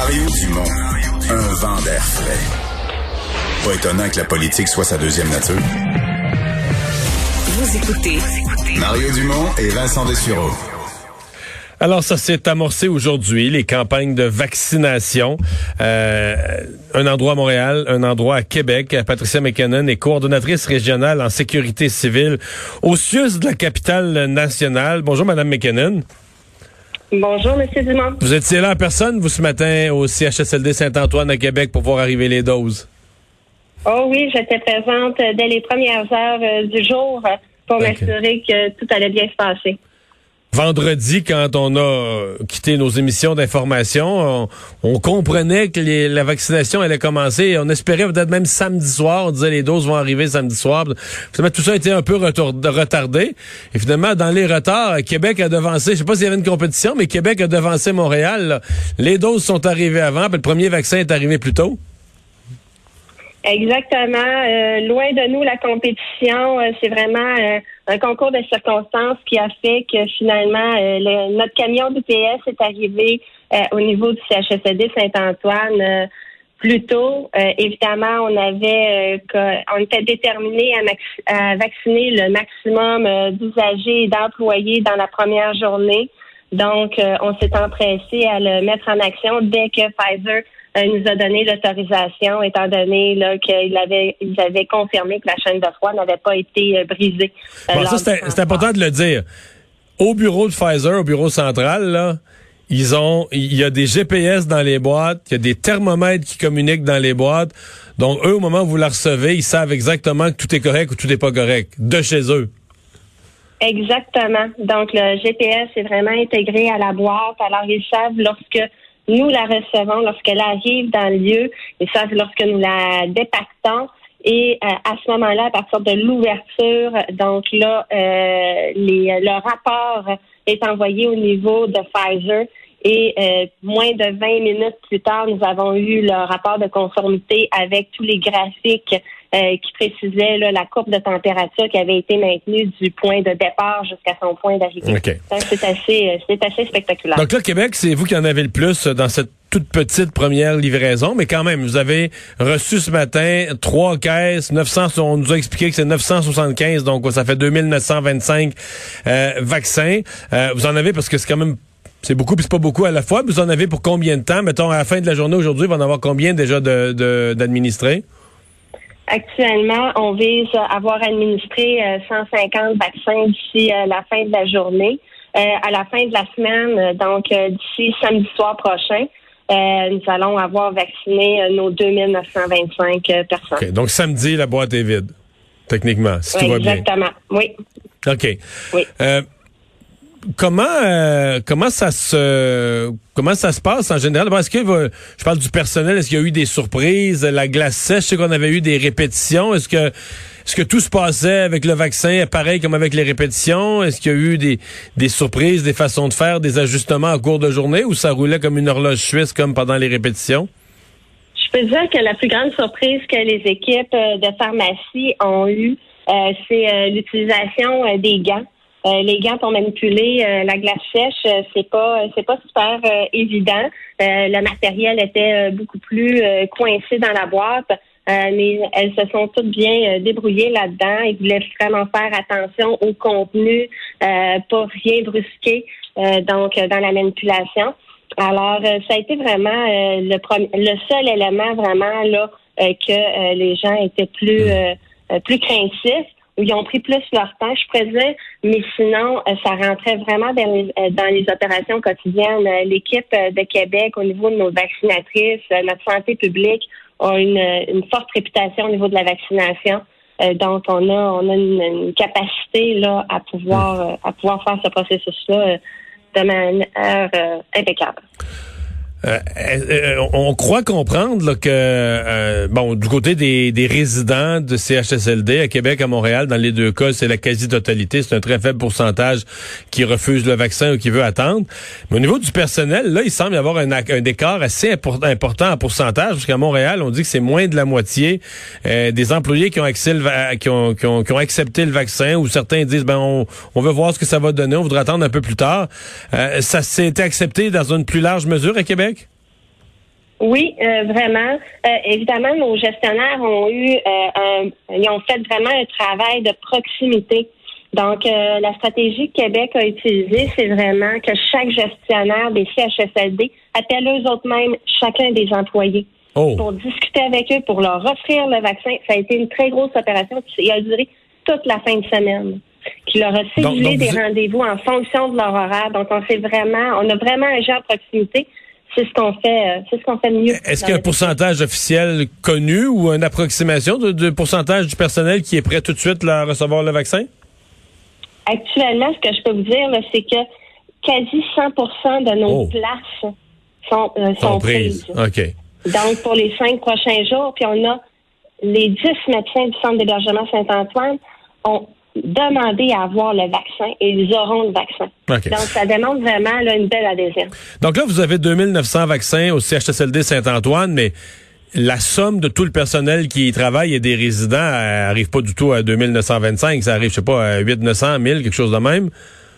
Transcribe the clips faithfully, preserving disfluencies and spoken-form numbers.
Mario Dumont, un vent d'air frais. Pas étonnant que la politique soit sa deuxième nature. Vous écoutez Mario Dumont et Vincent Dessureau. Alors, ça s'est amorcé aujourd'hui, les campagnes de vaccination. Euh, un endroit à Montréal, un endroit à Québec. Patricia McKinnon est coordonnatrice régionale en sécurité civile au C I U S de la capitale nationale. Bonjour, Madame McKinnon. Bonjour, M. Dumont. Vous étiez là en personne, vous, ce matin, au C H S L D Saint-Antoine à Québec pour voir arriver les doses? Oh oui, j'étais présente dès les premières heures euh, du jour pour okay. m'assurer que tout allait bien se passer. Vendredi, quand on a quitté nos émissions d'information, on, on comprenait que les, la vaccination allait commencer. On espérait peut-être même samedi soir. On disait les doses vont arriver samedi soir. Finalement, tout ça a été un peu retour, retardé. Et finalement, dans les retards, Québec a devancé, je sais pas s'il y avait une compétition, mais Québec a devancé Montréal. Là. Les doses sont arrivées avant, puis le premier vaccin est arrivé plus tôt. Exactement. Euh, loin de nous, la compétition, euh, c'est vraiment euh, un concours de circonstances qui a fait que finalement, euh, le, notre camion d'U P S est arrivé euh, au niveau du C H S L D Saint-Antoine euh, plus tôt. Euh, évidemment, on avait, euh, on était déterminés à, max- à vacciner le maximum euh, d'usagers et d'employés dans la première journée. Donc, euh, on s'est empressé à le mettre en action dès que Pfizer nous a donné l'autorisation, étant donné là, qu'ils avaient, ils avaient confirmé que la chaîne de froid n'avait pas été euh, brisée. Euh, bon, ça, c'est, c'est important de le dire. Au bureau de Pfizer, au bureau central, là, ils ont, il y a des G P S dans les boîtes, il y a des thermomètres qui communiquent dans les boîtes. Donc, eux, au moment où vous la recevez, ils savent exactement que tout est correct ou tout n'est pas correct, de chez eux. Exactement. Donc, le G P S est vraiment intégré à la boîte. Alors, ils savent lorsque nous la recevons, lorsqu'elle arrive dans le lieu, et ça, lorsque nous la dépactons. Et euh, à ce moment-là, à partir de l'ouverture, donc là, euh, les, le rapport est envoyé au niveau de Pfizer. Et euh, moins de vingt minutes plus tard, nous avons eu le rapport de conformité avec tous les graphiques euh, qui précisaient là, la courbe de température qui avait été maintenue du point de départ jusqu'à son point d'arrivée. Okay. Donc, c'est assez, c'est assez spectaculaire. Donc là, Québec, c'est vous qui en avez le plus dans cette toute petite première livraison, mais quand même, vous avez reçu ce matin trois caisses, neuf cents, on nous a expliqué que c'est neuf cent soixante-quinze, donc ça fait deux mille neuf cent vingt-cinq euh, vaccins. Euh, vous en avez parce que c'est quand même c'est beaucoup puis c'est pas beaucoup à la fois. Vous en avez pour combien de temps? Mettons, à la fin de la journée aujourd'hui, il va en avoir combien déjà de, de, d'administrés? Actuellement, on vise à avoir administré euh, cent cinquante vaccins d'ici euh, la fin de la journée. Euh, à la fin de la semaine, donc euh, d'ici samedi soir prochain, euh, nous allons avoir vacciné euh, nos deux mille neuf cent vingt-cinq euh, personnes. Okay, donc samedi, la boîte est vide, techniquement, si oui, tout va bien. Exactement, oui. OK. Oui. Euh, Comment euh, comment ça se comment ça se passe en général? Est-ce que je parle du personnel, est-ce qu'il y a eu des surprises, la glace sèche, je sais qu'on avait eu des répétitions, est-ce que est-ce que tout se passait avec le vaccin pareil comme avec les répétitions? Est-ce qu'il y a eu des des surprises, des façons de faire, des ajustements en cours de journée ou ça roulait comme une horloge suisse comme pendant les répétitions? Je peux dire que la plus grande surprise que les équipes de pharmacie ont eue, euh, c'est euh, l'utilisation euh, des gants. Euh, les gants pour manipuler euh, la glace sèche, euh, c'est pas c'est pas super euh, évident. Euh, le matériel était euh, beaucoup plus euh, coincé dans la boîte, euh, mais elles se sont toutes bien euh, débrouillées là-dedans. Ils voulaient vraiment faire attention au contenu, euh, pas rien brusquer euh, donc euh, dans la manipulation. Alors, euh, ça a été vraiment euh, le premier, le seul élément vraiment là euh, que euh, les gens étaient plus euh, plus craintifs. Où ils ont pris plus leur temps, je pourrais dire, mais sinon, euh, ça rentrait vraiment dans les, euh, dans les opérations quotidiennes. Euh, l'équipe euh, de Québec, au niveau de nos vaccinatrices, euh, notre santé publique, a une, une forte réputation au niveau de la vaccination. Euh, donc, on a on a une, une capacité là à pouvoir euh, à pouvoir faire ce processus-là euh, de manière euh, impeccable. Euh, euh, on croit comprendre là, que, euh, bon, du côté des, des résidents de C H S L D à Québec, à Montréal, dans les deux cas, c'est la quasi-totalité. C'est un très faible pourcentage qui refuse le vaccin ou qui veut attendre. Mais au niveau du personnel, là, il semble y avoir un, un écart assez important, important en pourcentage, parce qu'à Montréal, on dit que c'est moins de la moitié euh, des employés qui ont, accès le, qui, ont, qui, ont, qui ont accepté le vaccin, ou certains disent, ben, on, on veut voir ce que ça va donner, on voudrait attendre un peu plus tard. Euh, ça s'est accepté dans une plus large mesure à Québec? Oui, euh, vraiment. Euh, évidemment, nos gestionnaires ont eu, euh, un, ils ont fait vraiment un travail de proximité. Donc, euh, la stratégie que Québec a utilisée, c'est vraiment que chaque gestionnaire des C H S L D appelle eux autres mêmes chacun des employés oh. pour discuter avec eux, pour leur offrir le vaccin. Ça a été une très grosse opération qui a duré toute la fin de semaine. Qui leur a cédulé des vous... rendez-vous en fonction de leur horaire. Donc, on sait vraiment, on a vraiment un jeu en proximité. C'est ce qu'on fait, c'est ce qu'on fait mieux. Est-ce qu'il y a un pourcentage officiel connu ou une approximation de, de pourcentage du personnel qui est prêt tout de suite là, à recevoir le vaccin? Actuellement, ce que je peux vous dire, là, c'est que quasi cent pour cent de nos oh. places sont, euh, sont prises. OK. Donc, pour les cinq prochains jours, puis on a les dix médecins du Centre d'hébergement Saint-Antoine ont demandé à avoir le vaccin et ils auront le vaccin. Okay. Donc, ça démontre vraiment là, une belle adhésion. Donc là, vous avez deux mille neuf cents vaccins au C H S L D Saint-Antoine, mais la somme de tout le personnel qui y travaille et des résidents n'arrive pas du tout à deux mille neuf cent vingt-cinq. Ça arrive, je sais pas, à huit neuf cents, mille, quelque chose de même.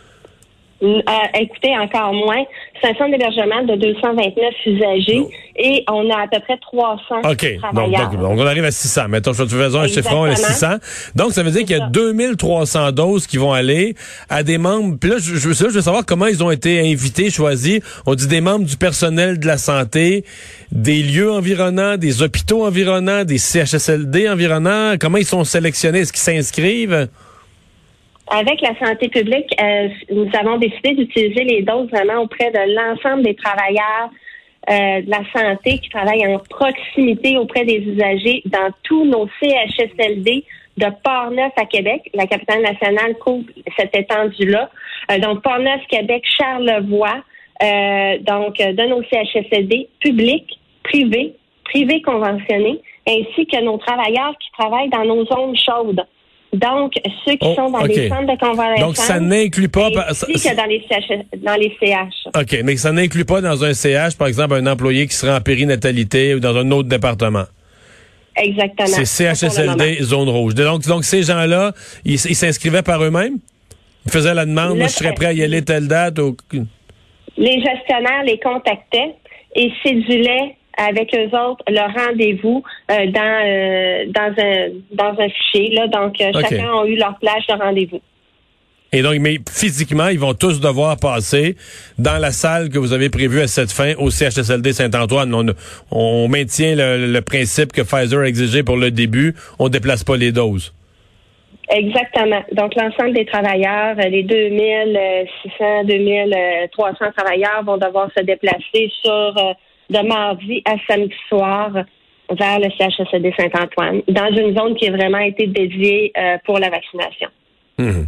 Euh, écoutez, encore moins. C'est un centre d'hébergement de deux cent vingt-neuf usagers oh. et on a à peu près trois cents OK. travailleurs. Donc, donc, on arrive à six cents. Mettons, je fais un chiffron, à six cents. Donc, ça veut dire qu'il y a deux mille trois cents doses qui vont aller à des membres. Puis là, je, je, je veux savoir comment ils ont été invités, choisis. On dit des membres du personnel de la santé, des lieux environnants, des hôpitaux environnants, des C H S L D environnants. Comment ils sont sélectionnés? Est-ce qu'ils s'inscrivent? Avec la santé publique, euh, nous avons décidé d'utiliser les doses vraiment auprès de l'ensemble des travailleurs euh, de la santé qui travaillent en proximité auprès des usagers dans tous nos C H S L D de Port-Neuf à Québec. La capitale nationale couvre cette étendue-là. Euh, donc, Port-Neuf, Québec, Charlevoix, euh, donc de nos C H S L D publics, privés, privés conventionnés, ainsi que nos travailleurs qui travaillent dans nos zones chaudes. Donc, ceux qui oh, sont dans okay. les centres de convalescence. Donc, ça n'inclut pas... Ainsi que dans les, C H, dans les C H. OK, mais ça n'inclut pas dans un C H, par exemple, un employé qui serait en périnatalité ou dans un autre département. Exactement. C'est C H S L D, zone rouge. Donc, donc ces gens-là, ils, ils s'inscrivaient par eux-mêmes? Ils faisaient la demande, Le moi, je serais prêt à y aller telle date? Ou... Les gestionnaires les contactaient et cédulaient avec eux autres leur rendez-vous euh, dans euh, dans un dans un fichier là. Donc euh, okay. chacun a eu leur plage de rendez-vous. Et donc, mais physiquement, ils vont tous devoir passer dans la salle que vous avez prévue à cette fin au C H S L D Saint-Antoine. On, on maintient le, le principe que Pfizer a exigé pour le début. On déplace pas les doses. Exactement. Donc, l'ensemble des travailleurs, les deux mille six cents, deux mille trois cents travailleurs vont devoir se déplacer sur euh, de mardi à samedi soir vers le C H S L D Saint-Antoine, dans une zone qui a vraiment été dédiée euh, pour la vaccination. Mmh.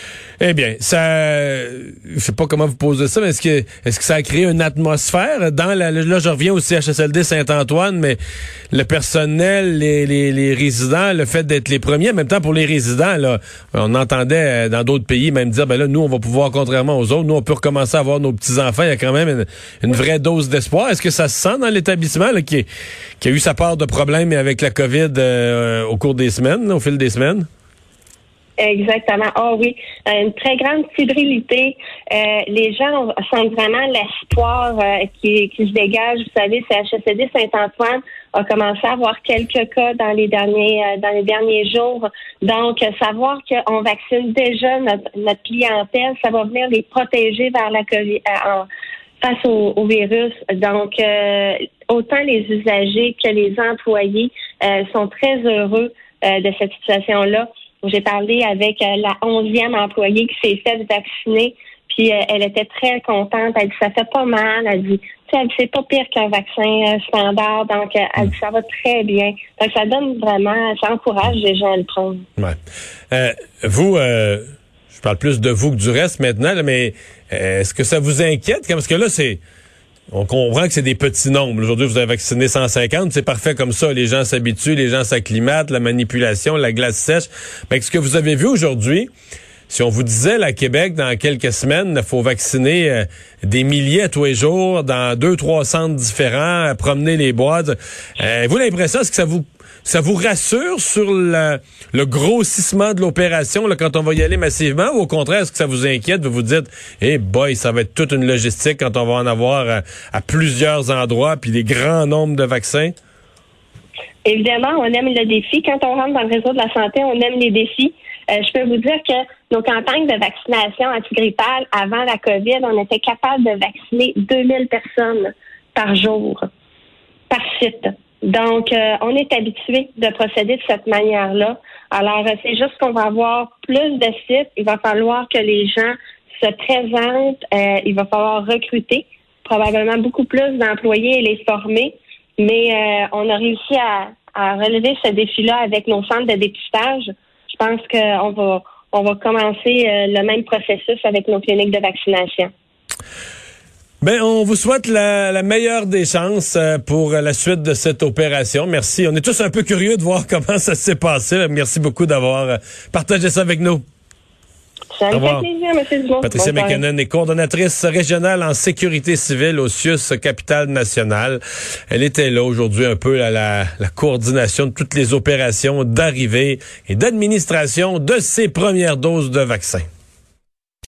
Eh bien, ça, je sais pas comment vous posez ça, mais est-ce que, est-ce que ça a créé une atmosphère dans la, là, je reviens au C H S L D Saint-Antoine, mais le personnel, les, les, les résidents, le fait d'être les premiers, en même temps pour les résidents, là, on entendait dans d'autres pays même dire, ben là, nous, on va pouvoir, contrairement aux autres, nous, on peut recommencer à avoir nos petits-enfants, il y a quand même une, une vraie dose d'espoir. Est-ce que ça se sent dans l'établissement, là, qui, qui a eu sa part de problèmes avec la COVID euh, au cours des semaines, là, au fil des semaines? Exactement. Ah oh, oui, une très grande fébrilité. Euh, les gens sentent vraiment l'espoir euh, qui, qui se dégage. Vous savez, C H S L D Saint-Antoine a commencé à avoir quelques cas dans les derniers euh, dans les derniers jours. Donc, savoir qu'on vaccine déjà notre, notre clientèle, ça va venir les protéger vers la COVID, euh, en, face au, au virus. Donc, euh, autant les usagers que les employés euh, sont très heureux euh, de cette situation-là. J'ai parlé avec euh, la onzième employée qui s'est faite vacciner, puis euh, elle était très contente. Elle dit ça fait pas mal. Elle dit, tu sais, c'est pas pire qu'un vaccin euh, standard. Donc, euh, elle dit ça va très bien. Donc, ça donne vraiment, ça encourage les gens à le prendre. Ouais. Euh, vous, euh, je parle plus de vous que du reste maintenant, là, mais euh, est-ce que ça vous inquiète? Parce que là, c'est on comprend que c'est des petits nombres. Aujourd'hui, vous avez vacciné cent cinquante, c'est parfait comme ça. Les gens s'habituent, les gens s'acclimatent, la manipulation, la glace sèche. Mais ce que vous avez vu aujourd'hui, si on vous disait, là, à Québec, dans quelques semaines, il faut vacciner euh, des milliers tous les jours, dans deux, trois centres différents, promener les boîtes. Euh, vous, l'impression, est-ce que ça vous ça vous rassure sur la, le grossissement de l'opération là, quand on va y aller massivement, ou au contraire, est-ce que ça vous inquiète? Vous vous dites, eh hey boy, ça va être toute une logistique quand on va en avoir à, à plusieurs endroits, puis des grands nombres de vaccins? Évidemment, on aime le défi. Quand on rentre dans le réseau de la santé, on aime les défis. Euh, je peux vous dire que nos campagnes de vaccination antigrippale avant la COVID, on était capable de vacciner deux mille personnes par jour, par site. Donc, euh, on est habitué de procéder de cette manière-là. Alors, euh, c'est juste qu'on va avoir plus de sites. Il va falloir que les gens se présentent. Euh, il va falloir recruter probablement beaucoup plus d'employés et les former. Mais euh, on a réussi à, à relever ce défi-là avec nos centres de dépistage. Je pense qu'on va, on va commencer euh, le même processus avec nos cliniques de vaccination. Ben, on vous souhaite la, la meilleure des chances euh, pour la suite de cette opération. Merci. On est tous un peu curieux de voir comment ça s'est passé. Merci beaucoup d'avoir euh, partagé ça avec nous. Ça me fait plaisir, M. Dumont. Patricia McKinnon est coordonnatrice régionale en sécurité civile au C I U S Capitale Nationale. Elle était là aujourd'hui un peu à la, la coordination de toutes les opérations d'arrivée et d'administration de ces premières doses de vaccins.